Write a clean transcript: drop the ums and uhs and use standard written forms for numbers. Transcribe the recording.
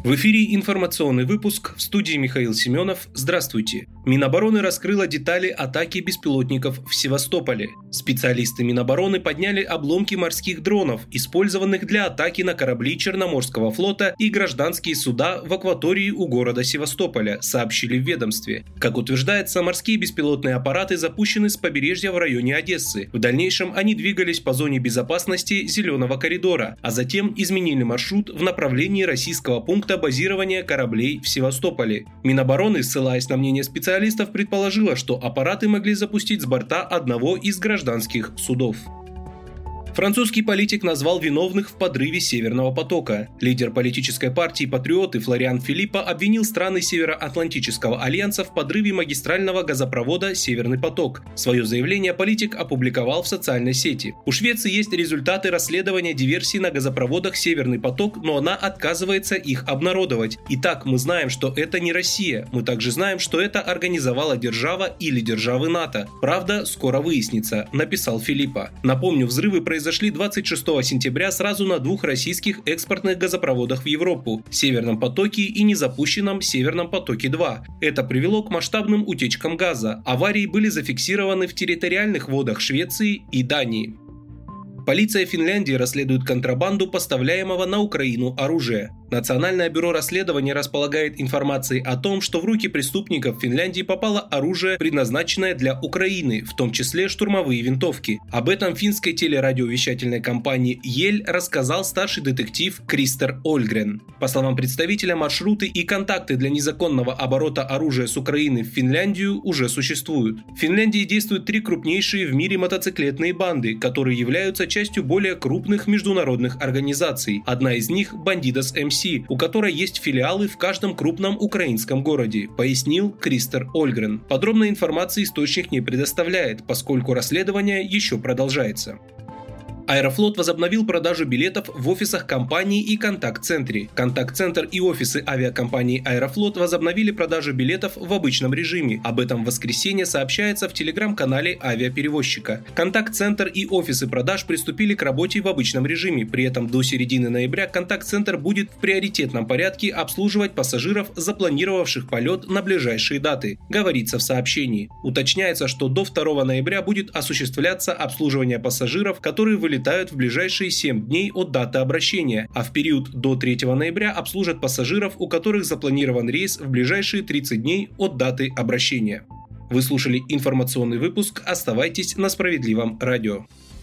В эфире информационный выпуск, в студии Михаил Семенов. Здравствуйте. Минобороны раскрыла детали атаки беспилотников в Севастополе. Специалисты Минобороны подняли обломки морских дронов, использованных для атаки на корабли Черноморского флота и гражданские суда в акватории у города Севастополя, сообщили в ведомстве. Как утверждается, морские беспилотные аппараты запущены с побережья в районе Одессы. В дальнейшем они двигались по зоне безопасности Зеленого коридора, а затем изменили маршрут в направлении российского пункта базирования кораблей в Севастополе. Минобороны, ссылаясь на мнение специалистов, предположила, что аппараты могли запустить с борта одного из гражданских судов. Французский политик назвал виновных в подрыве Северного потока. Лидер политической партии «Патриоты» Флориан Филиппо обвинил страны Североатлантического альянса в подрыве магистрального газопровода «Северный поток». Свое заявление политик опубликовал в социальной сети. У Швеции есть результаты расследования диверсий на газопроводах «Северный поток», но она отказывается их обнародовать. Итак, мы знаем, что это не Россия. Мы также знаем, что это организовала держава или державы НАТО. Правда, скоро выяснится, написал Филиппо. Напомню, взрывы произошли 26 сентября сразу на двух российских экспортных газопроводах в Европу – «Северном потоке» и незапущенном «Северном потоке-2». Это привело к масштабным утечкам газа. Аварии были зафиксированы в территориальных водах Швеции и Дании. Полиция Финляндии расследует контрабанду поставляемого на Украину оружия. Национальное бюро расследования располагает информацией о том, что в руки преступников Финляндии попало оружие, предназначенное для Украины, в том числе штурмовые винтовки. Об этом финской телерадиовещательной компании «Ель» рассказал старший детектив Кристер Ольгрен. По словам представителя, маршруты и контакты для незаконного оборота оружия с Украины в Финляндию уже существуют. В Финляндии действуют 3 крупнейшие в мире мотоциклетные банды, которые являются частью более крупных международных организаций. Одна из них – Bandidos MC, у которой есть филиалы в каждом крупном украинском городе, пояснил Кристер Ольгрен. Подробной информации источник не предоставляет, поскольку расследование еще продолжается. Аэрофлот возобновил продажу билетов в офисах компании и контакт-центре. Контакт-центр и офисы авиакомпании Аэрофлот возобновили продажу билетов в обычном режиме. Об этом в воскресенье сообщается в телеграм-канале авиаперевозчика. Контакт-центр и офисы продаж приступили к работе в обычном режиме. При этом до середины ноября контакт-центр будет в приоритетном порядке обслуживать пассажиров, запланировавших полет на ближайшие даты, говорится в сообщении. Уточняется, что до 2 ноября будет осуществляться обслуживание пассажиров, которые вылетают в ближайшие 7 дней от даты обращения, а в период до 3 ноября обслужат пассажиров, у которых запланирован рейс в ближайшие 30 дней от даты обращения. Вы слушали информационный выпуск. Оставайтесь на Справедливом радио.